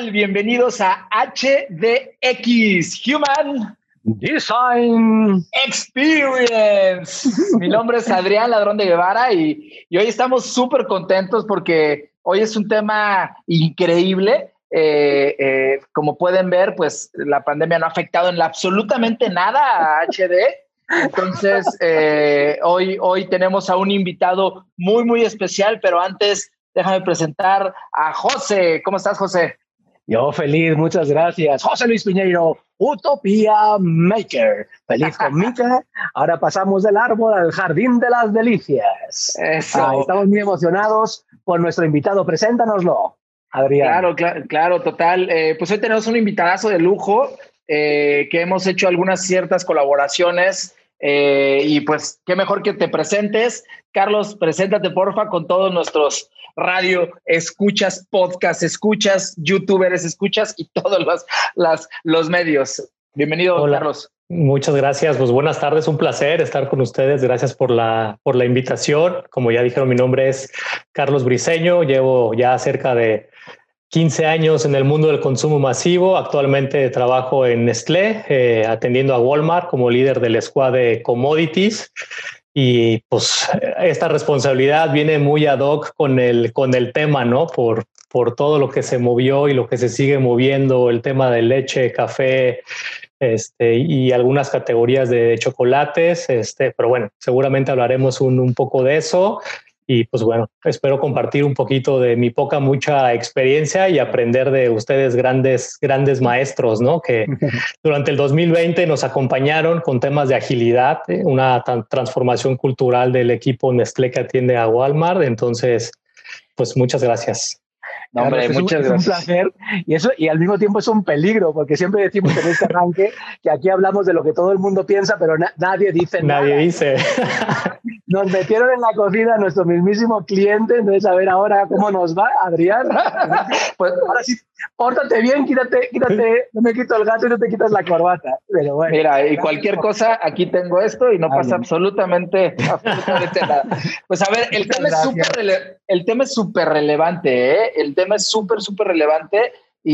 tal? Bienvenidos a HDX, Human Design Experience. Mi nombre es Adrián Ladrón de Guevara y hoy estamos súper contentos porque hoy es un tema increíble. Como pueden ver, pues la pandemia no ha afectado en absolutamente nada a HD. Entonces, hoy tenemos a un invitado muy, muy especial, pero antes déjame presentar a José. ¿Cómo estás, José? Yo feliz, muchas gracias. José Luis Piñeiro, Utopía Maker. Feliz con Mica. Ahora pasamos del árbol al jardín de las delicias. Eso. Estamos muy emocionados por nuestro invitado. Preséntanoslo, Adrián. Claro, total. Pues hoy tenemos un invitadazo de lujo que hemos hecho algunas ciertas colaboraciones y pues qué mejor que te presentes. Carlos, preséntate porfa con todos nuestros radio escuchas, podcast escuchas, youtubers escuchas y todos los medios. Bienvenido. Hola. Carlos. Muchas gracias. Pues buenas tardes, un placer estar con ustedes. Gracias por la invitación. Como ya dijeron, mi nombre es Carlos Briceño. Llevo ya cerca de 15 años en el mundo del consumo masivo. Actualmente trabajo en Nestlé, atendiendo a Walmart como líder del squad de commodities. Y pues esta responsabilidad viene muy ad hoc con el tema, ¿no? Por todo lo que se movió y lo que se sigue moviendo, el tema de leche, café, y algunas categorías de chocolates, pero bueno, seguramente hablaremos un poco de eso. Y pues bueno, espero compartir un poquito de mi mucha experiencia y aprender de ustedes grandes maestros, ¿no? Que durante el 2020 nos acompañaron con temas de agilidad, una transformación cultural del equipo Nestlé que atiende a Walmart. Entonces, pues muchas gracias. No, hombre, muchas gracias. Es un placer y al mismo tiempo es un peligro, porque siempre decimos en este arranque que aquí hablamos de lo que todo el mundo piensa, pero nadie dice nada. Nadie dice. Nos metieron en la cocina nuestro mismísimo cliente, entonces a ver ahora cómo nos va, Adrián. Pues ahora sí, pórtate bien, quítate, no me quito el gato y no te quitas la corbata. Pero bueno. Mira, y cualquier cosa, aquí tengo esto y no pasa absolutamente nada. Pues a ver, el tema es súper relevante, ¿eh? El tema es súper relevante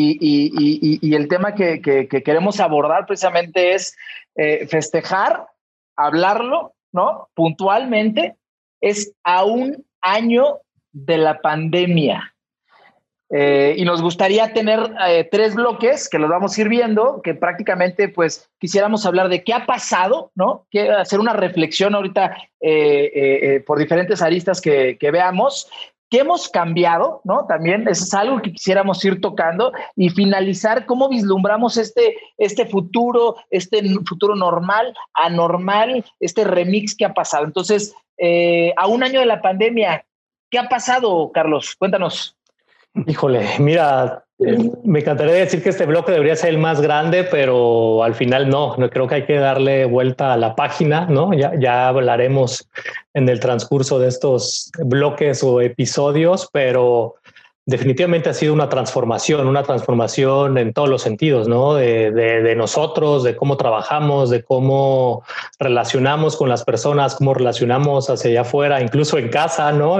y el tema que queremos abordar precisamente es festejar, hablarlo, ¿no? Puntualmente, es a un año de la pandemia. Y nos gustaría tener 3 bloques que los vamos a ir viendo, que prácticamente pues quisiéramos hablar de qué ha pasado, ¿no? Hacer una reflexión ahorita por diferentes aristas que veamos. ¿Qué hemos cambiado? ¿No? También eso es algo que quisiéramos ir tocando y finalizar cómo vislumbramos este futuro normal, anormal, este remix que ha pasado. Entonces, a un año de la pandemia, ¿qué ha pasado, Carlos? Cuéntanos. Híjole, mira, me encantaría decir que este bloque debería ser el más grande, pero al final no creo que hay que darle vuelta a la página, ¿no? Ya hablaremos en el transcurso de estos bloques o episodios, pero definitivamente ha sido una transformación en todos los sentidos, ¿no? De nosotros, de cómo trabajamos, de cómo relacionamos con las personas, cómo relacionamos hacia allá afuera, incluso en casa, ¿no?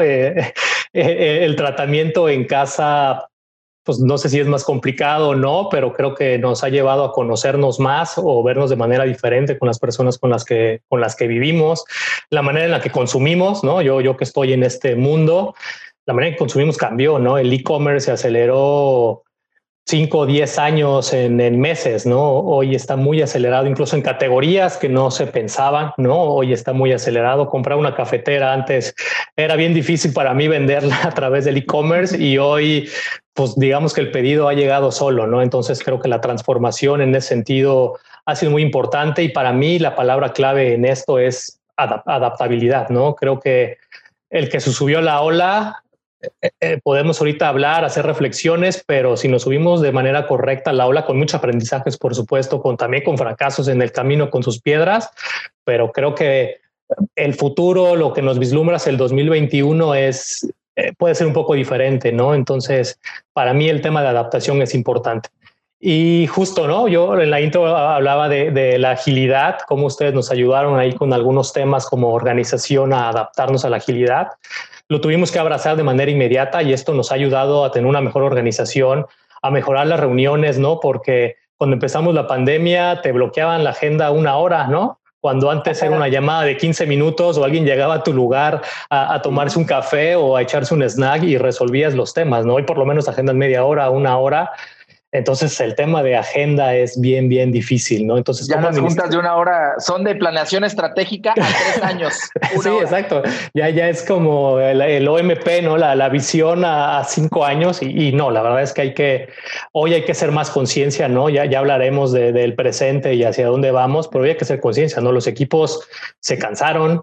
El tratamiento en casa, pues no sé si es más complicado o no, pero creo que nos ha llevado a conocernos más o vernos de manera diferente con las personas con las que vivimos, la manera en la que consumimos, ¿no? Yo que estoy en este mundo, la manera en que consumimos cambió, ¿no? El e-commerce se aceleró 5 o 10 años en meses, ¿no? Hoy está muy acelerado, incluso en categorías que no se pensaban, ¿no? Hoy está muy acelerado. Comprar una cafetera antes era bien difícil para mí venderla a través del e-commerce y hoy, pues digamos que el pedido ha llegado solo, ¿no? Entonces creo que la transformación en ese sentido ha sido muy importante y para mí la palabra clave en esto es adaptabilidad, ¿no? Creo que el que se subió a la ola, podemos ahorita hablar, hacer reflexiones, pero si nos subimos de manera correcta a la ola, con muchos aprendizajes, por supuesto, también con fracasos en el camino, con sus piedras, pero creo que el futuro, lo que nos vislumbra el 2021 puede ser un poco diferente, ¿no? Entonces, para mí el tema de adaptación es importante. Y justo, ¿no? Yo en la intro hablaba de la agilidad, cómo ustedes nos ayudaron ahí con algunos temas como organización a adaptarnos a la agilidad. Lo tuvimos que abrazar de manera inmediata y esto nos ha ayudado a tener una mejor organización, a mejorar las reuniones, ¿no? Porque cuando empezamos la pandemia te bloqueaban la agenda 1 hora, ¿no? Cuando antes era una llamada de 15 minutos o alguien llegaba a tu lugar a tomarse un café o a echarse un snack y resolvías los temas, ¿no? Hoy por lo menos agendan media hora, 1 hora. Entonces el tema de agenda es bien, bien difícil, ¿no? Entonces ya las juntas de 1 hora son de planeación estratégica a 3 años. Sí, hora. Exacto. Ya es como el OMP, ¿no? La visión a 5 años y no, la verdad es que hoy hay que hacer más conciencia, ¿no? Ya hablaremos del presente y hacia dónde vamos, pero hoy hay que hacer conciencia, ¿no? Los equipos se cansaron.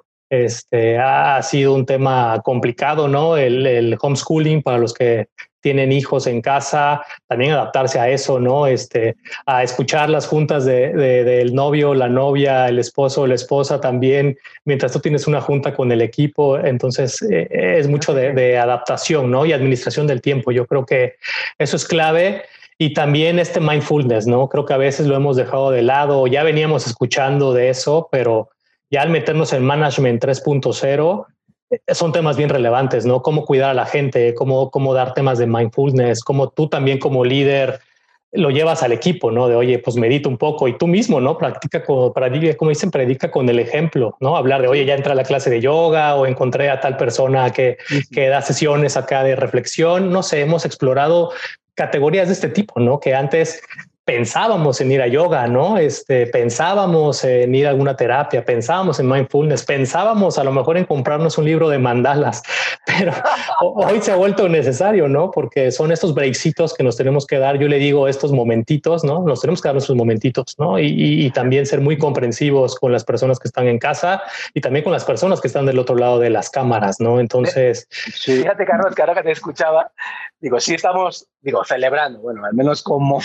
Ha sido un tema complicado, ¿no? El homeschooling para los que tienen hijos en casa, también adaptarse a eso, ¿no? A escuchar las juntas del novio, la novia, el esposo, la esposa también, mientras tú tienes una junta con el equipo. Entonces es mucho de adaptación, ¿no? Y administración del tiempo. Yo creo que eso es clave. Y también mindfulness, ¿no? Creo que a veces lo hemos dejado de lado, ya veníamos escuchando de eso, pero ya al meternos en Management 3.0, son temas bien relevantes, ¿no? Cómo cuidar a la gente, cómo dar temas de mindfulness, cómo tú también como líder lo llevas al equipo, ¿no? De, oye, pues medita un poco y tú mismo, ¿no? Practica como dicen, predica con el ejemplo, ¿no? Hablar de, oye, ya entré a la clase de yoga o encontré a tal persona que da sesiones acá de reflexión. No sé, hemos explorado categorías de este tipo, ¿no? Que antes pensábamos en ir a yoga, ¿no? Pensábamos en ir a alguna terapia, pensábamos en mindfulness, pensábamos a lo mejor en comprarnos un libro de mandalas, pero hoy se ha vuelto necesario, ¿no? Porque son estos breaksitos que nos tenemos que dar. Yo le digo estos momentitos, ¿no? Nos tenemos que dar nuestros momentitos, ¿no? Y también ser muy comprensivos con las personas que están en casa y también con las personas que están del otro lado de las cámaras, ¿no? Entonces... Sí. Fíjate, Carlos, que ahora que te escuchaba, sí estamos, celebrando, bueno, al menos como...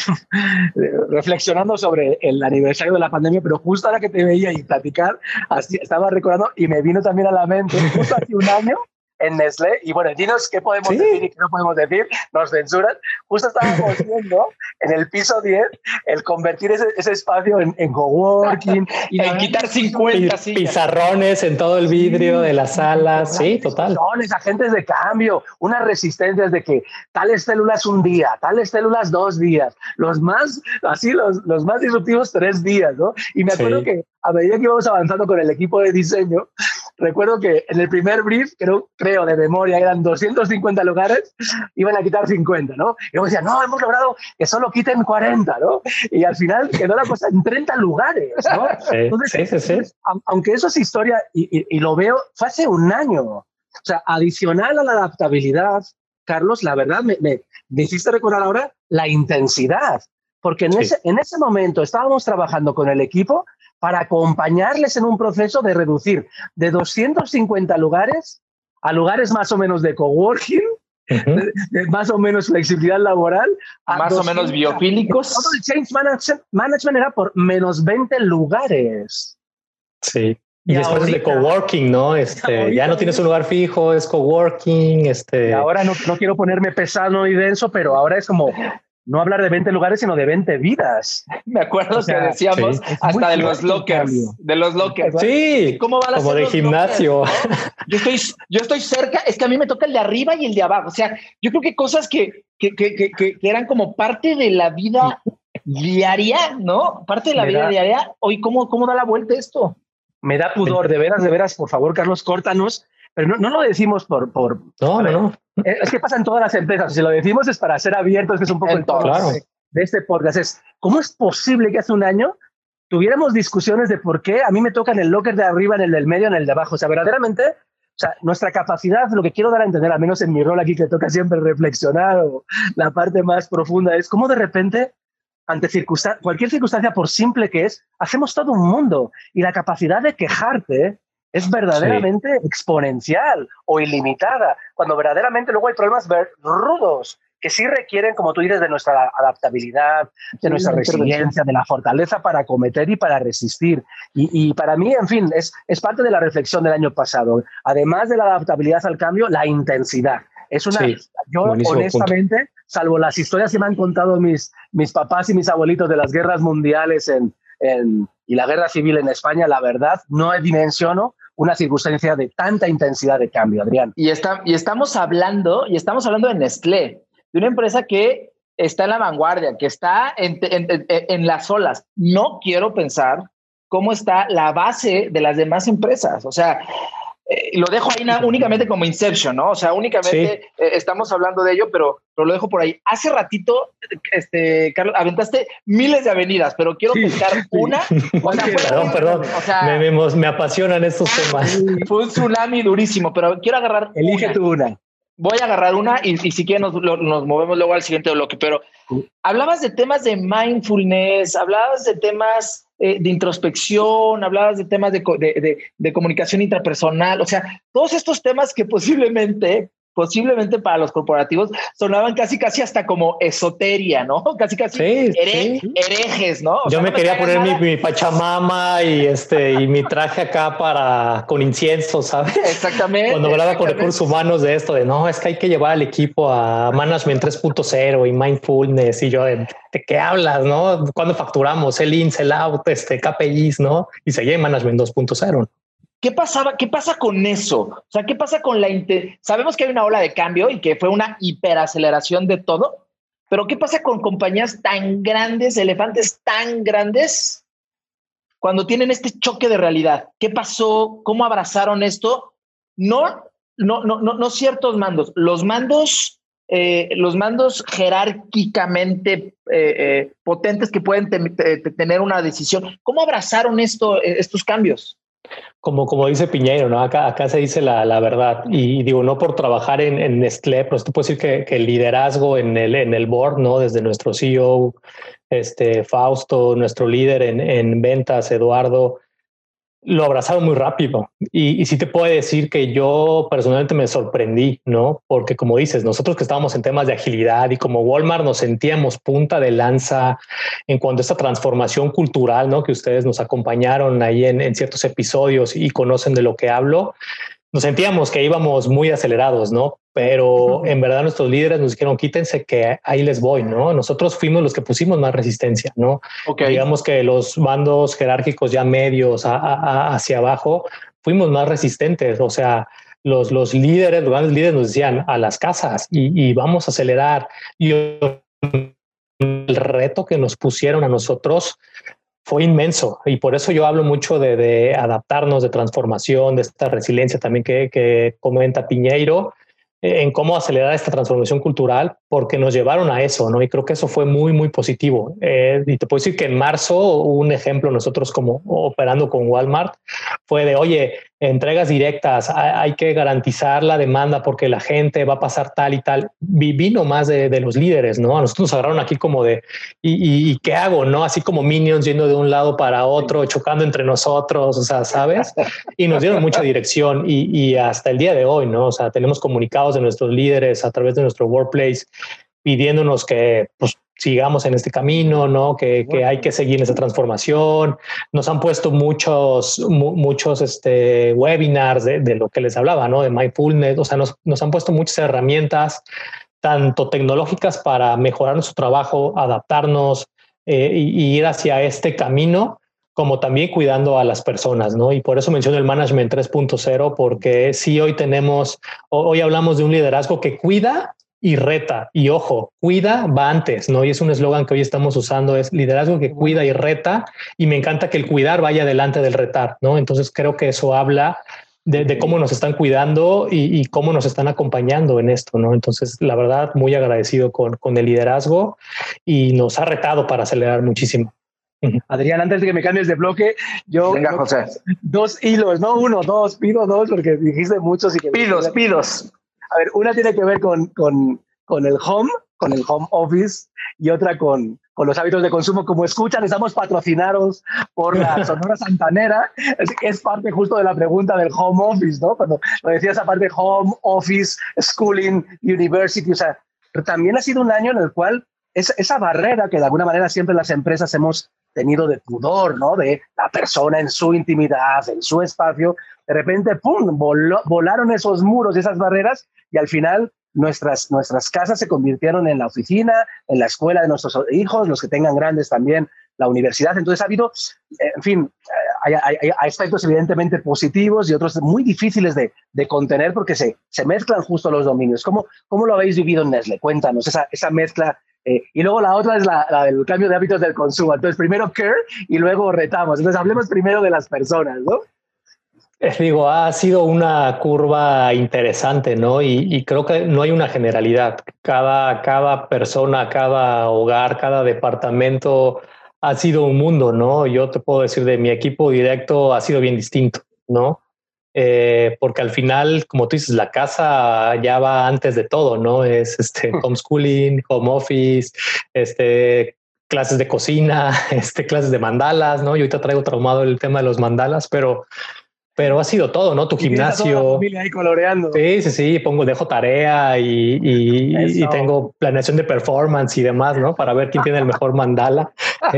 reflexionando sobre el aniversario de la pandemia, pero justo ahora que te veía y platicar, así estaba recordando y me vino también a la mente, justo hace 1 año en Nestlé, y bueno, dinos qué podemos decir y qué no podemos decir, nos censuran. Justo estábamos viendo en el piso 10 el convertir ese espacio en coworking y en quitar 50 pizarrones en todo el vidrio de las salas. Sí, total. Agentes de cambio, unas resistencias de que tales células 1 día, tales células 2 días, los más disruptivos 3 días, ¿no? Y me acuerdo que a medida que íbamos avanzando con el equipo de diseño, recuerdo que en el primer brief, creo de memoria, eran 250 lugares, iban a quitar 50, ¿no? Y luego decían, no, hemos logrado que solo quiten 40, ¿no? Y al final quedó la cosa en 30 lugares, ¿no? Entonces, aunque eso es historia, y lo veo, fue hace 1 año. O sea, adicional a la adaptabilidad, Carlos, la verdad, me hiciste recordar ahora la intensidad. Porque en ese momento estábamos trabajando con el equipo para acompañarles en un proceso de reducir de 250 lugares a lugares más o menos de coworking, de más o menos flexibilidad laboral. Más o menos biofílicos. Todo el change management era por menos 20 lugares. Sí. Y después es de coworking, ¿no? Ya no tienes un lugar fijo, es coworking. Y ahora no quiero ponerme pesado y denso, pero ahora es como... no hablar de 20 lugares, sino de 20 vidas. Me acuerdo que decíamos hasta de los lockers. De los lockers. Sí, ¿cómo van a como de gimnasio. Yo estoy cerca, es que a mí me toca el de arriba y el de abajo. O sea, yo creo que cosas que eran como parte de la vida diaria, ¿no? Parte de la vida diaria. Hoy, ¿cómo da la vuelta esto? Me da pudor, de veras, por favor, Carlos, córtanos. Pero no lo decimos por... No. Es que pasa en todas las empresas. Si lo decimos es para ser abiertos, que es un poco el tono de este podcast. ¿Cómo es posible que hace 1 año tuviéramos discusiones de por qué a mí me toca en el locker de arriba, en el del medio, en el de abajo? O sea, verdaderamente, nuestra capacidad, lo que quiero dar a entender, al menos en mi rol aquí, que toca siempre reflexionar, o la parte más profunda, es cómo de repente, ante cualquier circunstancia, por simple que es, hacemos todo un mundo. Y la capacidad de quejarte es verdaderamente exponencial o ilimitada, cuando verdaderamente luego hay problemas rudos que sí requieren, como tú dices, de nuestra adaptabilidad, de nuestra resiliencia, de la fortaleza para acometer y para resistir. Y para mí, en fin, es parte de la reflexión del año pasado. Además de la adaptabilidad al cambio, la intensidad. Yo honestamente, punto. Salvo las historias que me han contado mis papás y mis abuelitos de las guerras mundiales y la guerra civil en España, la verdad, no dimensiono una circunstancia de tanta intensidad de cambio, Adrián. Y estamos hablando de Nestlé, de una empresa que está en la vanguardia, que está en las olas. No quiero pensar cómo está la base de las demás empresas. O sea, lo dejo ahí únicamente como Inception, ¿no? O sea, únicamente estamos hablando de ello, pero lo dejo por ahí. Hace ratito, Carlos, aventaste miles de avenidas, pero quiero pescar una. O sea, perdón. O sea, me apasionan estos temas. Fue un tsunami durísimo, pero quiero agarrar Elige tú una. Voy a agarrar una y si quieren nos movemos luego al siguiente bloque, pero hablabas de temas de mindfulness, hablabas de temas de introspección, hablabas de temas de comunicación intrapersonal, o sea, todos estos temas que posiblemente para los corporativos sonaban casi hasta como esoteria, ¿no? Casi herejes, ¿no? O sea, yo me quería poner mi pachamama y mi traje acá con incienso, ¿sabes? Exactamente. Cuando hablaba con recursos humanos de esto, de no, es que hay que llevar al equipo a Management 3.0 y Mindfulness, y yo, ¿de qué hablas, no? ¿Cuándo facturamos? El in, el out, KPIs, ¿no? Y seguía en Management 2.0. ¿Qué pasa con eso? O sea, ¿qué pasa con sabemos que hay una ola de cambio y que fue una hiperaceleración de todo, pero ¿qué pasa con compañías tan grandes, elefantes tan grandes, cuando tienen este choque de realidad? ¿Qué pasó? ¿Cómo abrazaron esto? No ciertos mandos. Los mandos jerárquicamente potentes que pueden tener una decisión. ¿Cómo abrazaron estos cambios? Como dice Piñeiro, ¿no? Acá se dice la verdad. Y digo, no por trabajar en Nestlé, pues te puedo decir que el liderazgo en el board, ¿no? Desde nuestro CEO, Fausto, nuestro líder en ventas, Eduardo, lo abrazaron muy rápido. Y sí te puedo decir que yo personalmente me sorprendí, ¿no? Porque como dices, nosotros que estábamos en temas de agilidad y como Walmart nos sentíamos punta de lanza en cuanto a esta transformación cultural, ¿no? Que ustedes nos acompañaron ahí en ciertos episodios y conocen de lo que hablo. Nos sentíamos que íbamos muy acelerados, ¿no? Pero en verdad nuestros líderes nos dijeron, quítense que ahí les voy, ¿no? Nosotros fuimos los que pusimos más resistencia, ¿no? Okay. Digamos que los mandos jerárquicos ya medios hacia abajo, fuimos más resistentes. O sea, los líderes, los grandes líderes nos decían a las casas y vamos a acelerar. Y el reto que nos pusieron a nosotros fue inmenso, y por eso yo hablo mucho de adaptarnos, de transformación, de esta resiliencia también que comenta Piñeiro, en cómo acelerar esta transformación cultural, porque nos llevaron a eso, ¿no? Y creo que eso fue muy, muy positivo. Y te puedo decir que en marzo, un ejemplo, nosotros como operando con Walmart, fue de, oye, entregas directas, hay que garantizar la demanda porque la gente va a pasar tal y tal. Vino más de los líderes, ¿no? A nosotros nos agarraron aquí como de, ¿y qué hago? ¿No? Así como Minions yendo de un lado para otro, chocando entre nosotros, o sea, ¿sabes? Y nos dieron mucha dirección y hasta el día de hoy, ¿no? O sea, tenemos comunicados de nuestros líderes a través de nuestro workplace pidiéndonos que pues, sigamos en este camino, ¿no? Que hay que seguir en esa transformación. Nos han puesto muchos webinars de lo que les hablaba, ¿no? De mindfulness. O sea, nos han puesto muchas herramientas, tanto tecnológicas para mejorar nuestro trabajo, adaptarnos y ir hacia este camino, como también cuidando a las personas, ¿no? Y por eso menciono el Management 3.0, porque sí hoy hablamos de un liderazgo que cuida y reta. Y ojo, cuida va antes, ¿no? Y es un eslogan que hoy estamos usando, es liderazgo que cuida y reta, y me encanta que el cuidar vaya delante del retar, ¿no? Entonces creo que eso habla de cómo nos están cuidando y cómo nos están acompañando en esto, ¿no? Entonces, la verdad, muy agradecido con el liderazgo y nos ha retado para acelerar muchísimo. Adrián, antes de que me cambies de bloque, Venga, José. 2 hilos, no 1, 2, pido 2 porque dijiste muchos. Y que pidos. A ver, una tiene que ver con el home office, y otra con los hábitos de consumo. Como escuchan, estamos patrocinados por la Sonora Santanera. Es parte justo de la pregunta del home office, ¿no? Cuando lo decías, aparte home office, schooling, university, o sea, también ha sido un año en el cual esa barrera que de alguna manera siempre las empresas hemos tenido de pudor, ¿no? De la persona en su intimidad, en su espacio, de repente, ¡pum!, volaron esos muros y esas barreras, y al final nuestras casas se convirtieron en la oficina, en la escuela de nuestros hijos, los que tengan grandes también, la universidad. Entonces ha habido, en fin, hay aspectos evidentemente positivos y otros muy difíciles de contener porque se mezclan justo los dominios. ¿Cómo lo habéis vivido en Nestlé? Cuéntanos esa mezcla Y luego la otra es la del cambio de hábitos del consumo. Entonces, primero care y luego retamos. Entonces, hablemos primero de las personas, ¿no? Digo, ha sido una curva interesante, ¿no? Y creo que no hay una generalidad. Cada persona, cada hogar, cada departamento ha sido un mundo, ¿no? Yo te puedo decir de mi equipo directo ha sido bien distinto, ¿no? Porque al final, como tú dices, la casa ya va antes de todo, ¿no? Es homeschooling, home office, clases de cocina, clases de mandalas, ¿no? Yo ahorita traigo traumado el tema de los mandalas, pero ha sido todo, ¿no? Tu gimnasio. Toda la familia ahí coloreando. Sí. Dejo tarea y tengo planeación de performance y demás, ¿no? Para ver quién tiene el mejor mandala.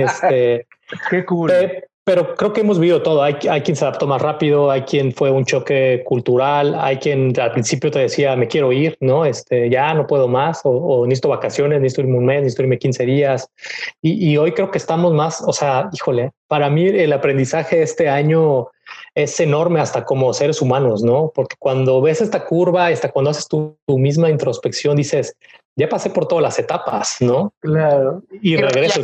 Qué cool. Pero creo que hemos vivido todo. Hay quien se adaptó más rápido, hay quien fue un choque cultural, hay quien al principio te decía, me quiero ir, ¿no? Ya no puedo más, o necesito vacaciones, necesito irme un mes, necesito irme 15 días. Y hoy creo que estamos más, o sea, híjole, para mí el aprendizaje este año es enorme hasta como seres humanos, ¿no? Porque cuando ves esta curva, cuando haces tu misma introspección, dices, ya pasé por todas las etapas, ¿no? Claro. Y regreso.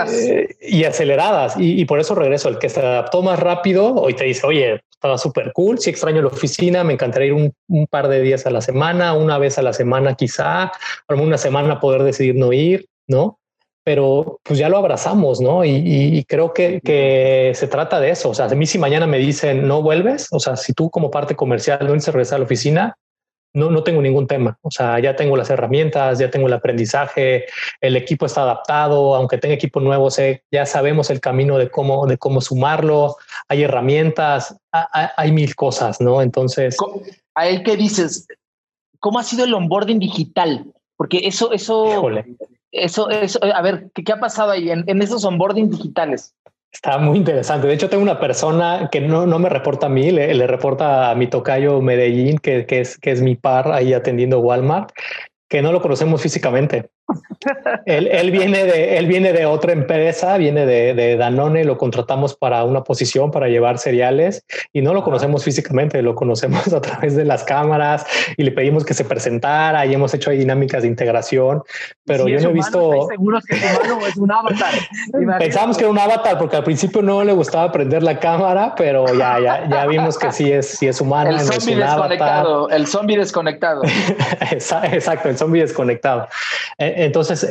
Y aceleradas. Y por eso regreso. El que se adaptó más rápido, hoy te dice, oye, estaba súper cool, sí extraño la oficina, me encantaría ir un par de días a la semana, una vez a la semana quizá, una semana poder decidir no ir, ¿no? Pero pues ya lo abrazamos, ¿no? Y creo que se trata de eso. O sea, a mí si mañana me dicen no vuelves, o sea, si tú como parte comercial no quieres regresar a la oficina, no tengo ningún tema. O sea, ya tengo las herramientas, ya tengo el aprendizaje, el equipo está adaptado, aunque tenga equipo nuevo, ya sabemos el camino de cómo sumarlo, hay herramientas, hay mil cosas, ¿no? Entonces... ¿A él qué dices? ¿Cómo ha sido el onboarding digital? Porque eso... Híjole. Eso, a ver, ¿qué ha pasado ahí en esos onboarding digitales? Está muy interesante. De hecho, tengo una persona que no me reporta a mí, le reporta a mi tocayo Medellín, que es mi par ahí atendiendo Walmart, que no lo conocemos físicamente. Él viene de otra empresa, viene de Danone, lo contratamos para una posición para llevar cereales y no lo conocemos físicamente, lo conocemos a través de las cámaras y le pedimos que se presentara y hemos hecho ahí dinámicas de integración, pero yo no he visto... ¿Estáis seguros que es humano o es un avatar? Pensamos que era un avatar porque al principio no le gustaba prender la cámara, pero ya vimos que sí es humano. El zombie desconectado, el zombie desconectado. Exacto, el zombie desconectado. Entonces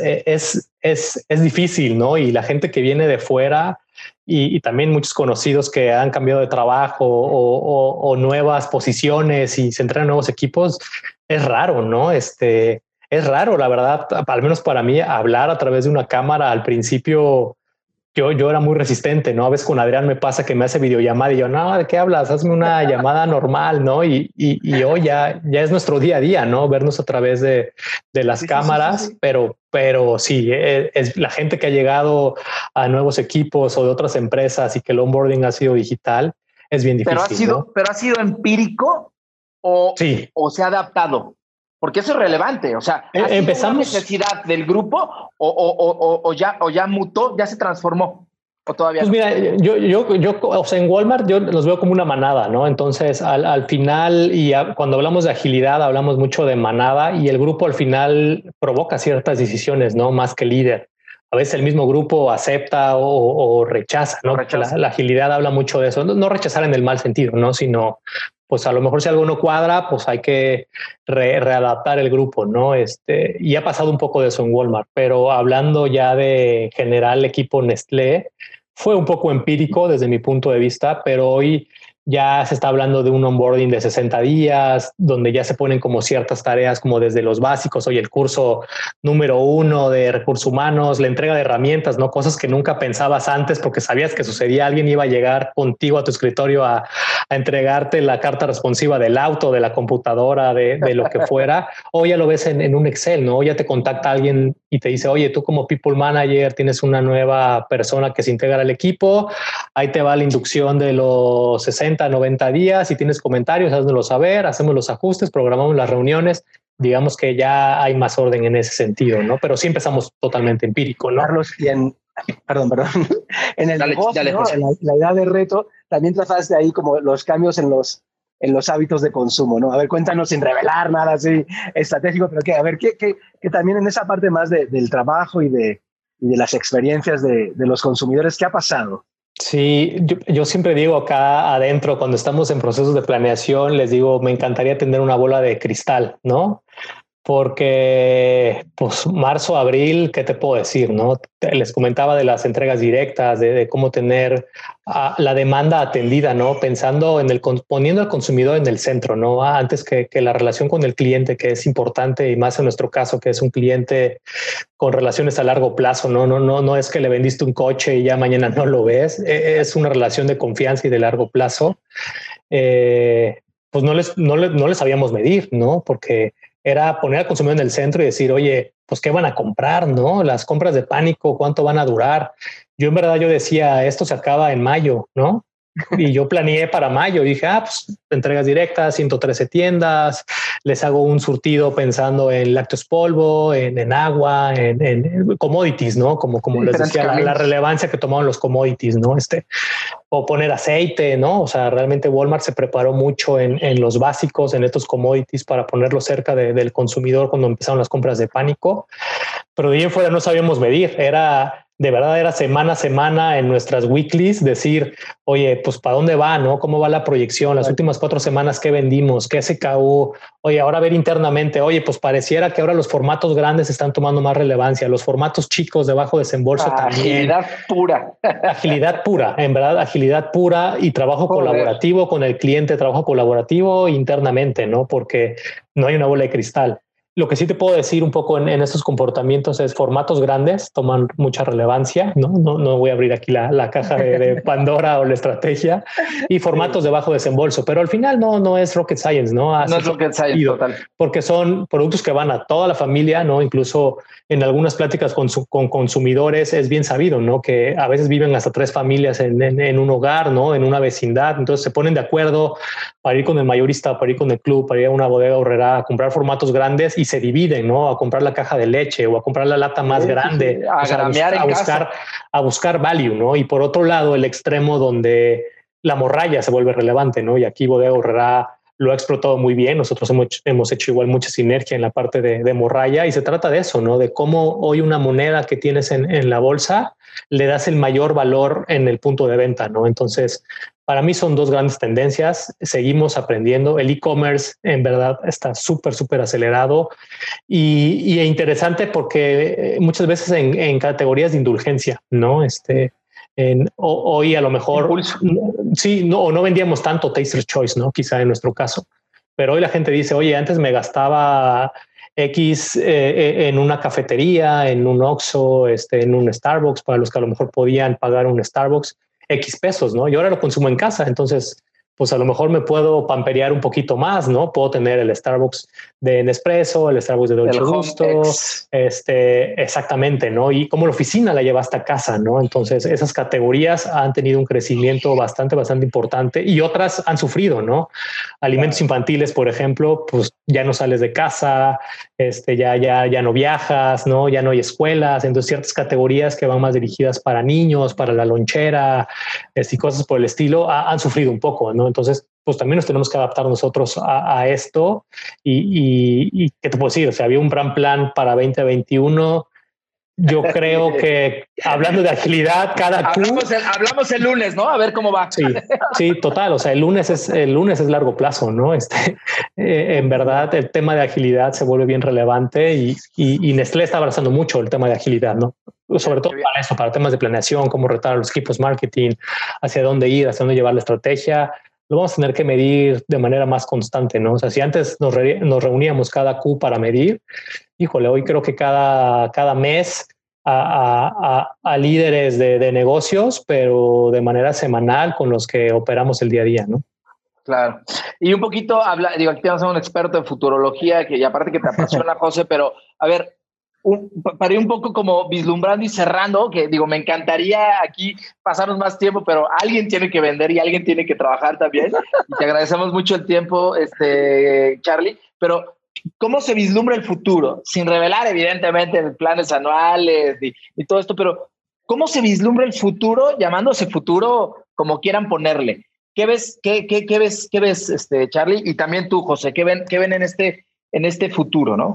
es difícil, ¿no? Y la gente que viene de fuera y también muchos conocidos que han cambiado de trabajo o nuevas posiciones y se entrenan nuevos equipos, es raro, ¿no? Es raro, la verdad, al menos para mí, hablar a través de una cámara al principio. Yo era muy resistente, ¿no? A veces con Adrián me pasa que me hace videollamada y yo, no, ¿de qué hablas? Hazme una llamada normal, ¿no? Y hoy ya es nuestro día a día, ¿no? Vernos a través de las cámaras, sí. Pero sí, es la gente que ha llegado a nuevos equipos o de otras empresas y que el onboarding ha sido digital, es bien difícil. Pero ha sido empírico o se ha adaptado. Porque eso es relevante. O sea, ¿empezamos una necesidad del grupo o ya mutó, ya se transformó? ¿O todavía pues mira, yo, o sea, en Walmart yo los veo como una manada, ¿no? Entonces, al final, cuando hablamos de agilidad, hablamos mucho de manada y el grupo al final provoca ciertas decisiones, ¿no? Más que líder. A veces el mismo grupo acepta o rechaza, ¿no? La agilidad habla mucho de eso. No rechazar en el mal sentido, ¿no? Sino, pues a lo mejor si algo no cuadra, pues hay que readaptar el grupo, ¿no? Y ha pasado un poco de eso en Walmart, pero hablando ya de general equipo Nestlé, fue un poco empírico desde mi punto de vista, pero hoy ya se está hablando de un onboarding de 60 días, donde ya se ponen como ciertas tareas como desde los básicos, oye, el curso número 1 de recursos humanos, la entrega de herramientas, ¿no? Cosas que nunca pensabas antes porque sabías que sucedía, alguien iba a llegar contigo a tu escritorio a entregarte la carta responsiva del auto, de la computadora, de lo que fuera. Hoy ya lo ves en un Excel, ¿no? Hoy ya te contacta alguien y te dice, oye, tú como People Manager tienes una nueva persona que se integra al equipo, ahí te va la inducción de los 60, 90 días, si tienes comentarios, háznoslo saber, hacemos los ajustes, programamos las reuniones, digamos que ya hay más orden en ese sentido, ¿no? Pero sí empezamos totalmente empírico, ¿no? Carlos, perdón, en el negocio, ¿no? la idea de reto, también trazaste ahí como los cambios en los hábitos de consumo, ¿no? A ver, cuéntanos sin revelar nada así estratégico, pero a ver, que también en esa parte más del trabajo y de las experiencias de los consumidores, ¿qué ha pasado? Sí, yo siempre digo acá adentro, cuando estamos en procesos de planeación, les digo, me encantaría tener una bola de cristal, ¿no? Porque pues marzo, abril, ¿qué te puedo decir? ¿No? Les comentaba de las entregas directas, de cómo tener la demanda atendida, ¿no? Pensando en poniendo al consumidor en el centro, ¿no? Antes que la relación con el cliente, que es importante, y más en nuestro caso, que es un cliente con relaciones a largo plazo, no es que le vendiste un coche y ya mañana no lo ves, es una relación de confianza y de largo plazo. Pues no les sabíamos medir, ¿no? Porque era poner al consumidor en el centro y decir, oye, pues qué van a comprar, ¿no? Las compras de pánico, ¿cuánto van a durar? Yo en verdad yo decía, esto se acaba en mayo, ¿no? Y yo planeé para mayo. Dije, pues entregas directas, 113 tiendas, les hago un surtido pensando en lácteos polvo, en agua, en commodities, ¿no? Como les decía, la relevancia que tomaban los commodities, ¿no? O poner aceite, ¿no? O sea, realmente Walmart se preparó mucho en los básicos, en estos commodities para ponerlo cerca del consumidor cuando empezaron las compras de pánico. Pero de ahí en fuera no sabíamos medir. De verdad era semana a semana en nuestras weeklies decir, oye, pues ¿para dónde va? ¿No? ¿Cómo va la proyección? Las últimas 4 semanas, ¿qué vendimos? ¿Qué SKU? Oye, ahora ver internamente, oye, pues pareciera que ahora los formatos grandes están tomando más relevancia. Los formatos chicos de bajo desembolso también. Agilidad pura. Agilidad pura, en verdad, agilidad pura y trabajo colaborativo con el cliente, trabajo colaborativo internamente, ¿no? Porque no hay una bola de cristal. Lo que sí te puedo decir un poco en estos comportamientos es formatos grandes toman mucha relevancia, ¿no? No voy a abrir aquí la caja de Pandora o la estrategia, y formatos de bajo desembolso, pero al final no es rocket science, ¿no? No es rocket science, total. Porque son productos que van a toda la familia, ¿no? Incluso en algunas pláticas con consumidores es bien sabido, ¿no? Que a veces viven hasta 3 familias en un hogar, ¿no? En una vecindad, entonces se ponen de acuerdo para ir con el mayorista, para ir con el club, para ir a una bodega horrera, a comprar formatos grandes y se dividen, ¿no? A comprar la caja de leche o a comprar la lata más grande, sí. O sea, a buscar value, ¿no? Y por otro lado, el extremo donde la morralla se vuelve relevante, ¿no? Y aquí Bodega Horrera lo ha explotado muy bien. Nosotros hemos hecho igual mucha sinergia en la parte de morralla, y se trata de eso, ¿no? De cómo hoy una moneda que tienes en la bolsa le das el mayor valor en el punto de venta, ¿no? Entonces, para mí son 2 grandes tendencias. Seguimos aprendiendo. El e-commerce en verdad está súper acelerado y interesante porque muchas veces en categorías de indulgencia, ¿no? Hoy a lo mejor sí, no vendíamos tanto Taster's Choice, ¿no? Quizá en nuestro caso, pero hoy la gente dice, oye, antes me gastaba X en una cafetería, en un Oxxo, en un Starbucks, para los que a lo mejor podían pagar un Starbucks, X pesos, ¿no? Y ahora lo consumo en casa, entonces pues a lo mejor me puedo pamperear un poquito más, ¿no? Puedo tener el Starbucks de Nespresso, el Starbucks de Dolce Gusto, exactamente, ¿no? Y como la oficina la lleva hasta casa, ¿no? Entonces esas categorías han tenido un crecimiento bastante importante, y otras han sufrido, ¿no? Alimentos infantiles, por ejemplo, pues ya no sales de casa, ya no viajas, ¿no? Ya no hay escuelas, entonces ciertas categorías que van más dirigidas para niños, para la lonchera, y cosas por el estilo, han sufrido un poco, ¿no? Entonces, pues también nos tenemos que adaptar nosotros a esto y ¿qué te puedo decir? O sea, había un gran plan para 2021. Yo creo que hablando de agilidad, hablamos el lunes, ¿no? A ver cómo va. Sí, total. O sea, el lunes es largo plazo, ¿no? En verdad, el tema de agilidad se vuelve bien relevante y Nestlé está abrazando mucho el tema de agilidad, ¿no? Sobre todo para eso, para temas de planeación, cómo retar a los equipos marketing, hacia dónde ir, hacia dónde llevar la estrategia. Lo vamos a tener que medir de manera más constante, ¿no? O sea, si antes nos reuníamos cada Q para medir, híjole, hoy creo que cada mes a líderes de negocios, pero de manera semanal con los que operamos el día a día, ¿no? Claro. Y un poquito, aquí tenemos a un experto en futurología, que aparte que te apasiona, José, pero a ver, para ir un poco como vislumbrando y cerrando, que me encantaría aquí pasarnos más tiempo, pero alguien tiene que vender y alguien tiene que trabajar también. Y te agradecemos mucho el tiempo, Charlie, pero ¿cómo se vislumbra el futuro? Sin revelar, evidentemente, planes anuales y todo esto, pero ¿cómo se vislumbra el futuro, llamándose futuro como quieran ponerle? ¿Qué ves, Charlie? Y también tú, José, ¿qué ven en este futuro, no?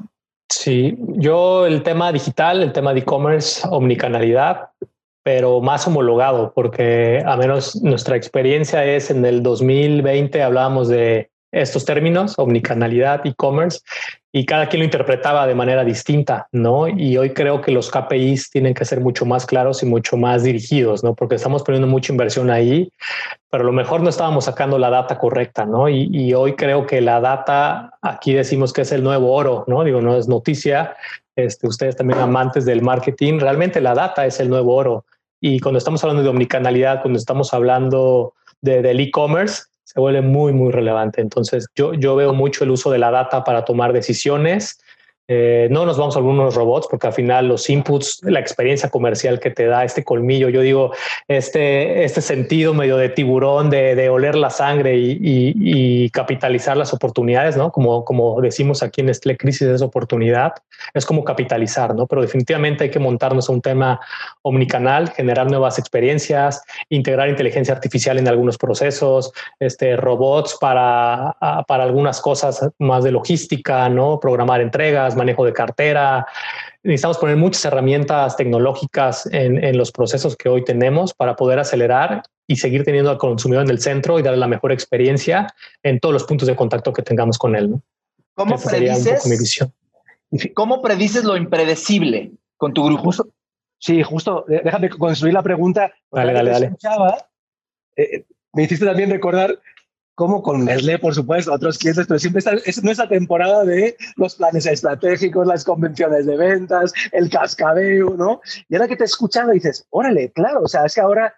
Sí, yo el tema digital, el tema de e-commerce, omnicanalidad, pero más homologado, porque a menos nuestra experiencia es en el 2020 hablábamos de estos términos, omnicanalidad, e-commerce, y cada quien lo interpretaba de manera distinta, ¿no? Y hoy creo que los KPIs tienen que ser mucho más claros y mucho más dirigidos, ¿no? Porque estamos poniendo mucha inversión ahí, pero a lo mejor no estábamos sacando la data correcta, ¿no? Y hoy creo que la data, aquí decimos que es el nuevo oro, ¿no? Digo, no es noticia, ustedes también amantes del marketing, realmente la data es el nuevo oro. Y cuando estamos hablando de omnicanalidad, cuando estamos hablando del e-commerce, se vuelve muy, muy relevante. Entonces, yo veo mucho el uso de la data para tomar decisiones. No nos vamos a algunos robots porque al final los inputs, la experiencia comercial que te da este colmillo, yo digo, este sentido medio de tiburón de oler la sangre y capitalizar las oportunidades, ¿no? Como decimos aquí en Nestlé, crisis es oportunidad, es como capitalizar, ¿no? Pero definitivamente hay que montarnos a un tema omnicanal, generar nuevas experiencias, integrar inteligencia artificial en algunos procesos, robots para algunas cosas más de logística, ¿no? Programar entregas, manejo de cartera. Necesitamos poner muchas herramientas tecnológicas en los procesos que hoy tenemos para poder acelerar y seguir teniendo al consumidor en el centro y darle la mejor experiencia en todos los puntos de contacto que tengamos con él, ¿no? ¿Cómo predices, sería un poco mi visión. ¿Cómo predices lo impredecible con tu grupo? Justo, déjame construir la pregunta. Dale. Escuchaba, me hiciste también recordar como con Nestlé, por supuesto, otros clientes, pero siempre es nuestra temporada de los planes estratégicos, las convenciones de ventas, el cascabeo, ¿no? Y ahora que te he escuchado dices, órale, claro, o sea, es que ahora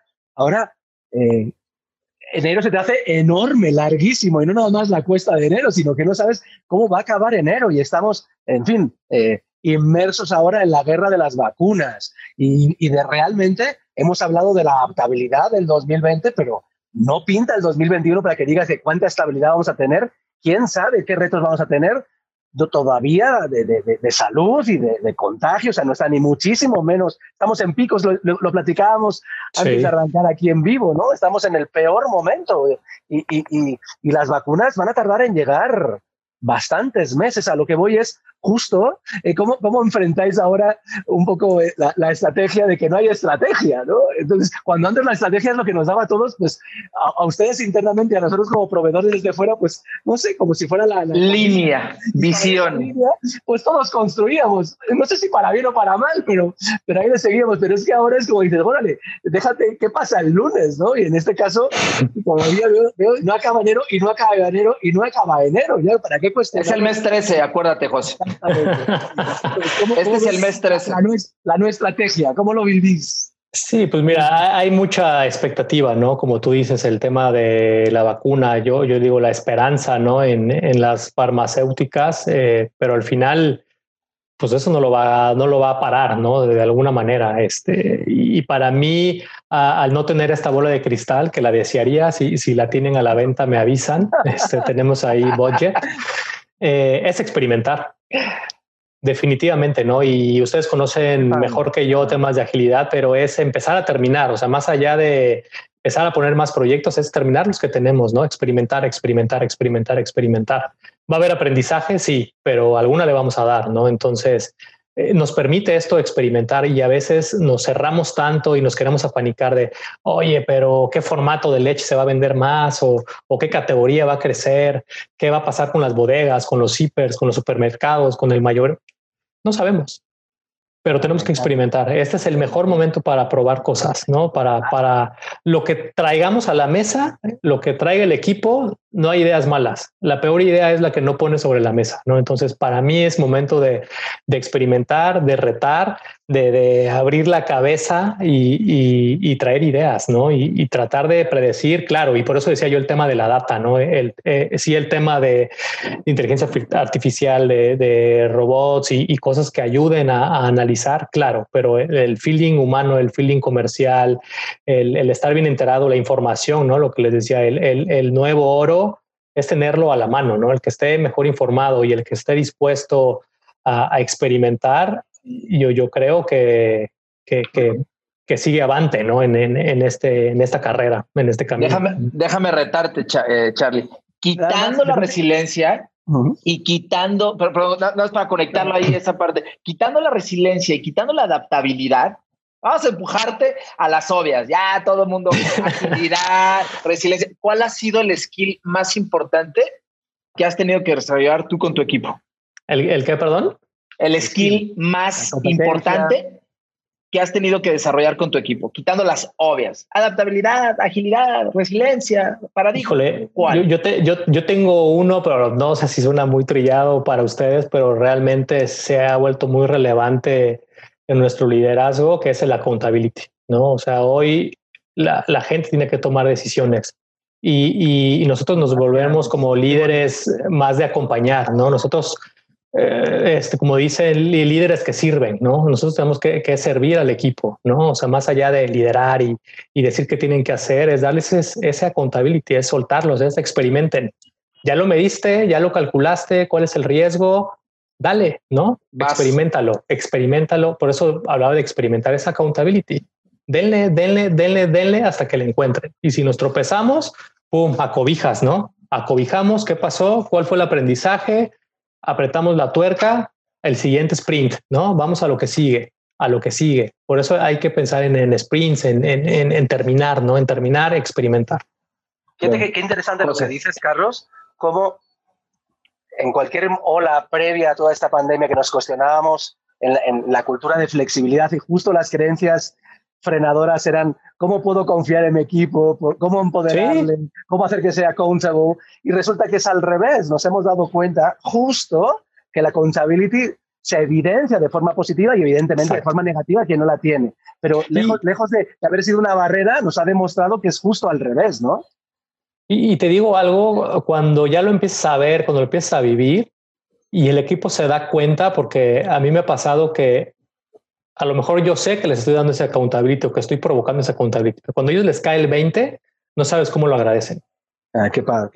enero se te hace enorme, larguísimo, y no nada más la cuesta de enero, sino que no sabes cómo va a acabar enero y estamos, en fin, inmersos ahora en la guerra de las vacunas y de realmente hemos hablado de la adaptabilidad del 2020, pero no pinta el 2021 para que digas de cuánta estabilidad vamos a tener, quién sabe qué retos vamos a tener todavía de salud y de contagio, o sea, no está ni muchísimo menos, estamos en picos, lo platicábamos antes de arrancar aquí en vivo, ¿no? Estamos en el peor momento y las vacunas van a tardar en llegar bastantes meses. A lo que voy es justo cómo enfrentáis ahora un poco la estrategia de que no hay estrategia, ¿no? Entonces, cuando antes la estrategia es lo que nos daba a todos, pues a ustedes internamente y a nosotros como proveedores desde fuera, pues no sé, como si fuera la línea, visión. Línea, pues todos construíamos, no sé si para bien o para mal, pero ahí le seguíamos. Pero es que ahora es como dices, órale, déjate, ¿qué pasa el lunes, no? Y en este caso, todavía veo no acaba enero y no acaba enero y no acaba enero. ¿Ya? ¿Para qué cuesta? Es el mes 13, acuérdate, José. Este es el mes 13. La no estrategia, ¿cómo lo vivís? Sí, pues mira, hay mucha expectativa, ¿no? Como tú dices, el tema de la vacuna, yo digo la esperanza, ¿no? En las farmacéuticas, pero al final, pues eso no lo va a parar, ¿no? De alguna manera, y para mí, al no tener esta bola de cristal, que la desearía, si la tienen a la venta me avisan, tenemos ahí budget, es experimentar. Definitivamente, ¿no? Y ustedes conocen mejor que yo temas de agilidad, pero es empezar a terminar, o sea, más allá de empezar a poner más proyectos, es terminar los que tenemos, ¿no? Experimentar. Va a haber aprendizaje, sí, pero alguna le vamos a dar, ¿no? Entonces, nos permite esto experimentar y a veces nos cerramos tanto y nos queremos apanicar de, oye, pero ¿qué formato de leche se va a vender más? O qué categoría va a crecer, qué va a pasar con las bodegas, con los hippers, con los supermercados, con el mayor. No sabemos, pero tenemos que experimentar. Este es el mejor momento para probar cosas, ¿no? Para lo que traigamos a la mesa, lo que traiga el equipo, no hay ideas malas. La peor idea es la que no pone sobre la mesa, ¿no? Entonces, para mí es momento de experimentar, de retar, de abrir la cabeza y traer ideas, ¿no? Y tratar de predecir, claro, y por eso decía yo el tema de la data, ¿no? Sí, el tema de inteligencia artificial, de robots y cosas que ayuden a analizar, claro, pero el feeling humano, el feeling comercial, el estar bien enterado, la información, ¿no? Lo que les decía, el nuevo oro es tenerlo a la mano, ¿no? El que esté mejor informado y el que esté dispuesto a experimentar, yo creo que sigue avante, ¿no? En esta carrera, en este camino. Déjame retarte, Charlie. Quitando la resiliencia, y quitando, pero no es para conectarlo ahí, esa parte, quitando la resiliencia y quitando la adaptabilidad, vamos a empujarte a las obvias, ya todo el mundo, agilidad, resiliencia. ¿Cuál ha sido el skill más importante que has tenido que desarrollar tú con tu equipo? ¿El qué, perdón? El skill más importante que has tenido que desarrollar con tu equipo, quitando las obvias. Adaptabilidad, agilidad, resiliencia, paradigma. Híjole, yo tengo uno, pero no sé si suena muy trillado para ustedes, pero realmente se ha vuelto muy relevante en nuestro liderazgo, que es el accountability, ¿no? O sea, hoy la gente tiene que tomar decisiones y nosotros nos volvemos como líderes más de acompañar, ¿no? Nosotros... como dicen, líderes que sirven, ¿no? Nosotros tenemos que servir al equipo, ¿no? O sea, más allá de liderar y decir qué tienen que hacer, es darles ese accountability, es soltarlos, es experimenten. Ya lo mediste, ya lo calculaste, cuál es el riesgo, dale, ¿no? Experimentalo. Por eso hablaba de experimentar esa accountability. Denle hasta que le encuentren. Y si nos tropezamos, pum, acobijas, ¿no? Acobijamos, ¿qué pasó? ¿Cuál fue el aprendizaje? Apretamos la tuerca, el siguiente sprint, ¿no? Vamos a lo que sigue. Por eso hay que pensar en sprints, en terminar, ¿no? En terminar, experimentar. Fíjate qué interesante lo que dices, Carlos, cómo en cualquier ola previa a toda esta pandemia que nos cuestionábamos en la cultura de flexibilidad y justo las creencias frenadoras eran cómo puedo confiar en mi equipo, cómo empoderarle, cómo hacer que sea accountable, y resulta que es al revés. Nos hemos dado cuenta justo que la accountability se evidencia de forma positiva y evidentemente de forma negativa quien no la tiene, pero lejos de haber sido una barrera, nos ha demostrado que es justo al revés, ¿no? Y te digo algo, cuando ya lo empiezas a ver, cuando lo empiezas a vivir y el equipo se da cuenta, porque a mí me ha pasado que a lo mejor yo sé que les estoy dando ese accountability o que estoy provocando ese accountability, pero cuando a ellos les cae el 20, no sabes cómo lo agradecen. Qué padre.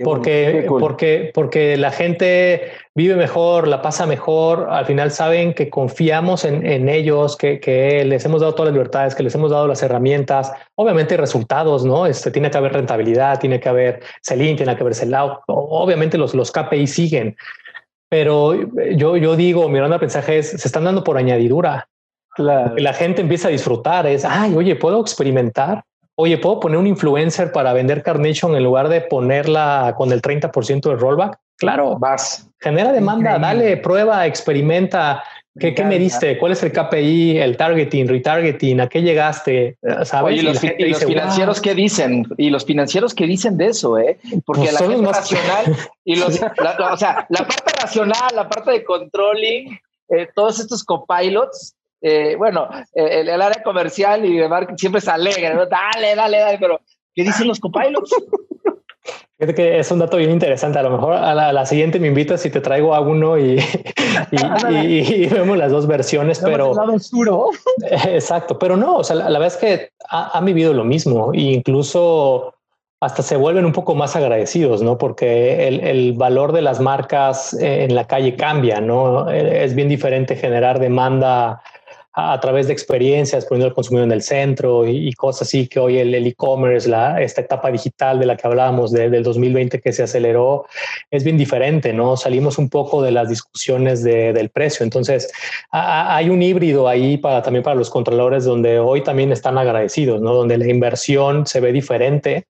Porque la gente vive mejor, la pasa mejor. Al final saben que confiamos en ellos, que les hemos dado todas las libertades, que les hemos dado las herramientas. Obviamente resultados, ¿no? Tiene que haber rentabilidad, tiene que haber sell-in, tiene que haber sell-out. Obviamente los KPI siguen. Pero yo digo, mirando el mensaje se están dando por añadidura. Claro. La gente empieza a disfrutar, oye, ¿puedo experimentar? Oye, ¿puedo poner un influencer para vender Carnation en lugar de ponerla con el 30% de rollback? Claro, genera demanda, dale, prueba, experimenta. ¿Qué mediste? ¿Cuál es el KPI, el targeting, retargeting? ¿A qué llegaste? ¿Sabes? Oye, y los financieros qué dicen? Y los financieros qué dicen de eso, porque pues la gente racional y la parte racional, la parte de controlling, todos estos copilots. El área comercial y de marketing siempre se alegra, ¿no? Dale, pero ¿qué dicen los copilots? Fíjate que es un dato bien interesante. A lo mejor a la siguiente me invitas y te traigo a uno y vemos las dos versiones, pero... Exacto, pero no, o sea, la verdad es que han vivido lo mismo e incluso hasta se vuelven un poco más agradecidos, ¿no? Porque el valor de las marcas en la calle cambia, ¿no? Es bien diferente generar demanda a través de experiencias, poniendo al consumidor en el centro y cosas así, que hoy el e-commerce, esta etapa digital de la que hablábamos del 2020 que se aceleró, es bien diferente, ¿no? Salimos un poco de las discusiones del precio. Entonces, hay un híbrido ahí también para los controladores donde hoy también están agradecidos, ¿no? Donde la inversión se ve diferente.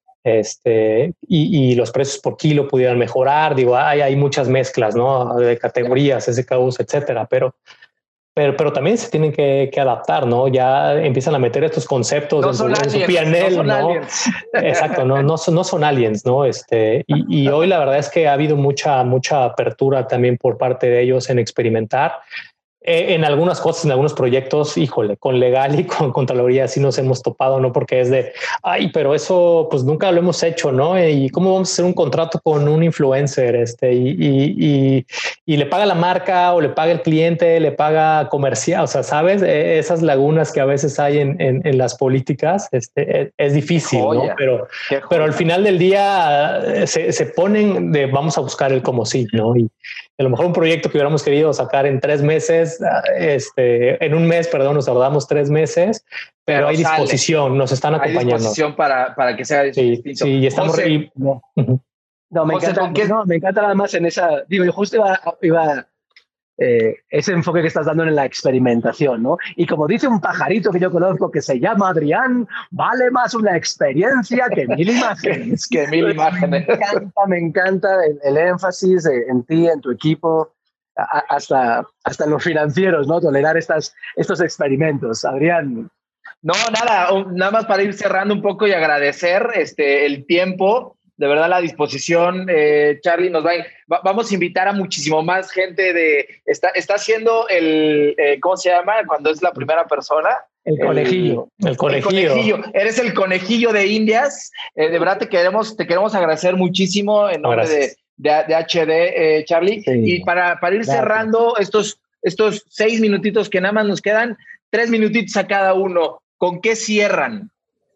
Y los precios por kilo pudieran mejorar. Digo, hay muchas mezclas, ¿no? De categorías, SKUs, etcétera, pero también se tienen que adaptar, ¿no? Ya empiezan a meter estos conceptos en su PNL, ¿no? Exacto, no son aliens, ¿no? Y hoy la verdad es que ha habido mucha apertura también por parte de ellos en experimentar. En algunas cosas, en algunos proyectos, híjole, con legal y con Contraloría sí nos hemos topado, ¿no? Porque es pero eso pues nunca lo hemos hecho, ¿no? Y cómo vamos a hacer un contrato con un influencer, y le paga la marca o le paga el cliente, le paga comercial, o sea, ¿sabes? Esas lagunas que a veces hay en las políticas, es difícil, ¿no? Pero al final del día se ponen vamos a buscar el como sí, ¿no? Y a lo mejor un proyecto que hubiéramos querido sacar en 3 meses, en un mes, perdón, nos tardamos 3 meses, pero hay disposición, nos están acompañando. Hay disposición para que sea distinto. Sí, y estamos... No, me encanta nada más en esa... Digo, yo justo iba ese enfoque que estás dando en la experimentación, ¿no? Y como dice un pajarito que yo conozco que se llama Adrián, vale más una experiencia que 1000 imágenes. que 1000 imágenes. Me encanta el énfasis en ti, en tu equipo, hasta los financieros, ¿no? Tolerar estos experimentos. Adrián. No, nada más para ir cerrando un poco y agradecer el tiempo. De verdad, la disposición, Charlie, vamos a invitar a muchísimo más gente está haciendo ¿cómo se llama? Cuando es la primera persona. El conejillo. El conejillo. Eres el conejillo de Indias. De verdad, te queremos agradecer muchísimo en nombre de HD, Charlie. Sí. Y para ir cerrando estos 6 minutitos que nada más nos quedan, 3 minutitos a cada uno. ¿Con qué cierran?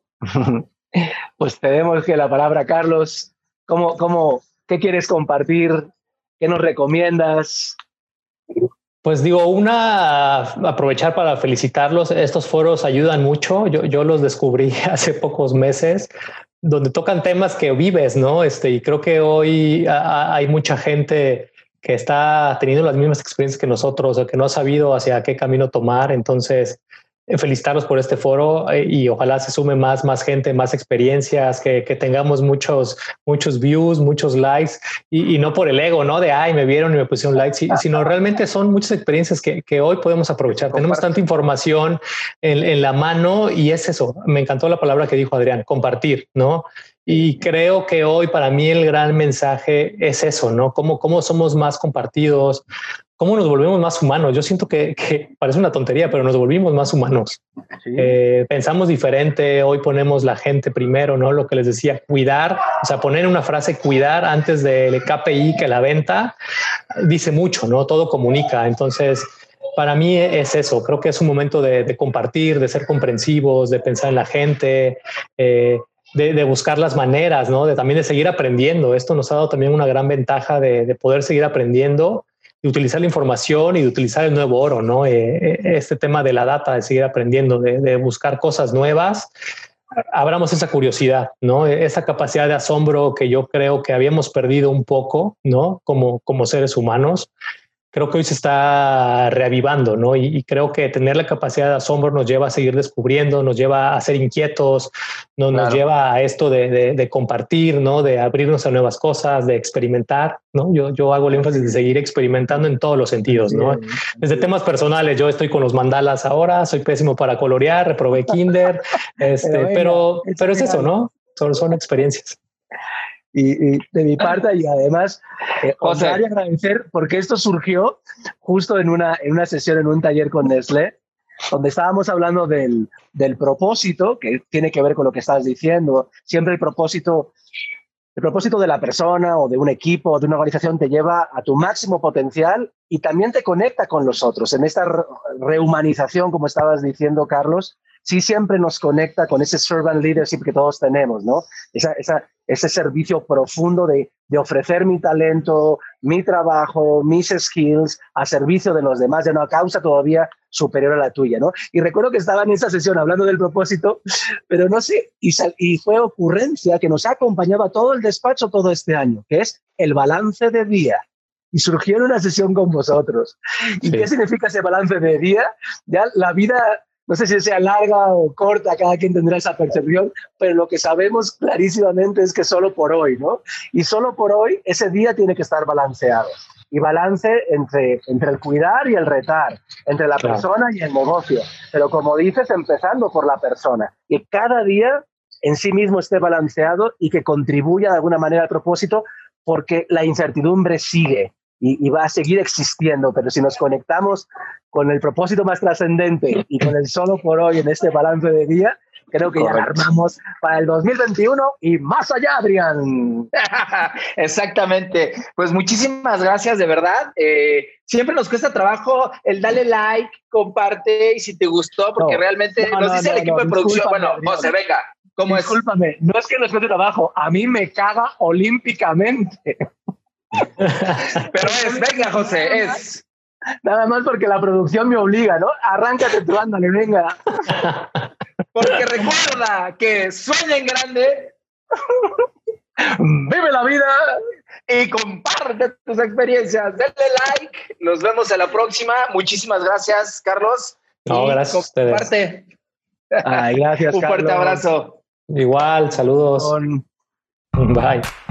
Pues tenemos que la palabra, Carlos. ¿Qué quieres compartir? ¿Qué nos recomiendas? Pues digo, aprovechar para felicitarlos. Estos foros ayudan mucho. Yo los descubrí hace pocos meses, donde tocan temas que vives, ¿no? Y creo que hoy hay mucha gente que está teniendo las mismas experiencias que nosotros, o que no ha sabido hacia qué camino tomar. Entonces, felicitarlos por este foro y ojalá se sume más gente, más experiencias, que tengamos muchos views, muchos likes y no por el ego, ¿no? De me vieron y me pusieron likes, sino realmente son muchas experiencias que hoy podemos aprovechar. Tenemos tanta información en la mano y es eso. Me encantó la palabra que dijo Adrián, compartir, ¿no? Y creo que hoy para mí el gran mensaje es eso, ¿no? Cómo somos más compartidos, cómo nos volvemos más humanos. Yo siento que parece una tontería, pero nos volvimos más humanos. Sí. Pensamos diferente. Hoy ponemos la gente primero, ¿no? Lo que les decía, cuidar, o sea, poner una frase cuidar antes del KPI que la venta dice mucho, ¿no? Todo comunica. Entonces, para mí es eso. Creo que es un momento de compartir, de ser comprensivos, de pensar en la gente, de buscar las maneras, ¿no? También de seguir aprendiendo. Esto nos ha dado también una gran ventaja de poder seguir aprendiendo, de utilizar la información y de utilizar el nuevo oro, ¿no? Este tema de la data, de seguir aprendiendo, de buscar cosas nuevas. Abramos esa curiosidad, ¿no? Esa capacidad de asombro que yo creo que habíamos perdido un poco, ¿no? Como seres humanos. Creo que hoy se está reavivando, ¿no? Y creo que tener la capacidad de asombro nos lleva a seguir descubriendo, nos lleva a ser inquietos, nos lleva a esto de compartir, ¿no? De abrirnos a nuevas cosas, de experimentar, ¿no? Yo hago el énfasis de seguir experimentando en todos los sentidos, ¿no? Desde temas personales, yo estoy con los mandalas ahora, soy pésimo para colorear, reprobé kinder, pero es eso, ¿no? Son experiencias. Y de mi parte, y además, honrar y agradecer, porque esto surgió justo en una sesión, en un taller con Nestlé, donde estábamos hablando del propósito, que tiene que ver con lo que estás diciendo. Siempre el propósito de la persona o de un equipo o de una organización te lleva a tu máximo potencial y también te conecta con los otros. En esta rehumanización, como estabas diciendo, Carlos, sí siempre nos conecta con ese servant leadership que todos tenemos, ¿no? Ese servicio profundo de ofrecer mi talento, mi trabajo, mis skills a servicio de los demás, de una causa todavía superior a la tuya, ¿no? Y recuerdo que estaba en esa sesión hablando del propósito, pero no sé, y fue ocurrencia que nos ha acompañado a todo el despacho todo este año, que es el balance de día. Y surgió en una sesión con vosotros. ¿Y qué significa ese balance de día? Ya la vida, no sé si sea larga o corta, cada quien tendrá esa percepción, pero lo que sabemos clarísimamente es que solo por hoy, ¿no? Y solo por hoy ese día tiene que estar balanceado. Y balance entre el cuidar y el retar, entre la persona y el negocio. Pero como dices, empezando por la persona. Que cada día en sí mismo esté balanceado y que contribuya de alguna manera al propósito, porque la incertidumbre sigue. Y va a seguir existiendo, pero si nos conectamos con el propósito más trascendente y con el solo por hoy en este balance de día, creo que ya armamos para el 2021 y más allá, Adrián. Exactamente. Pues muchísimas gracias, de verdad. Siempre nos cuesta trabajo el darle like, comparte y si te gustó, porque realmente nos dice el equipo de producción. Bueno, José, venga. Discúlpame, no es que nos cueste trabajo, a mí me caga olímpicamente. Pero venga, José, nada más porque la producción me obliga, ¿no? Arráncate tú, ándale, venga. Porque recuerda que sueña en grande Vive la vida y comparte tus experiencias. Denle like. Nos vemos en la próxima. Muchísimas gracias, Carlos. No, gracias a ustedes. Ay, gracias, Un fuerte Carlos. abrazo. Igual, saludos. Bye.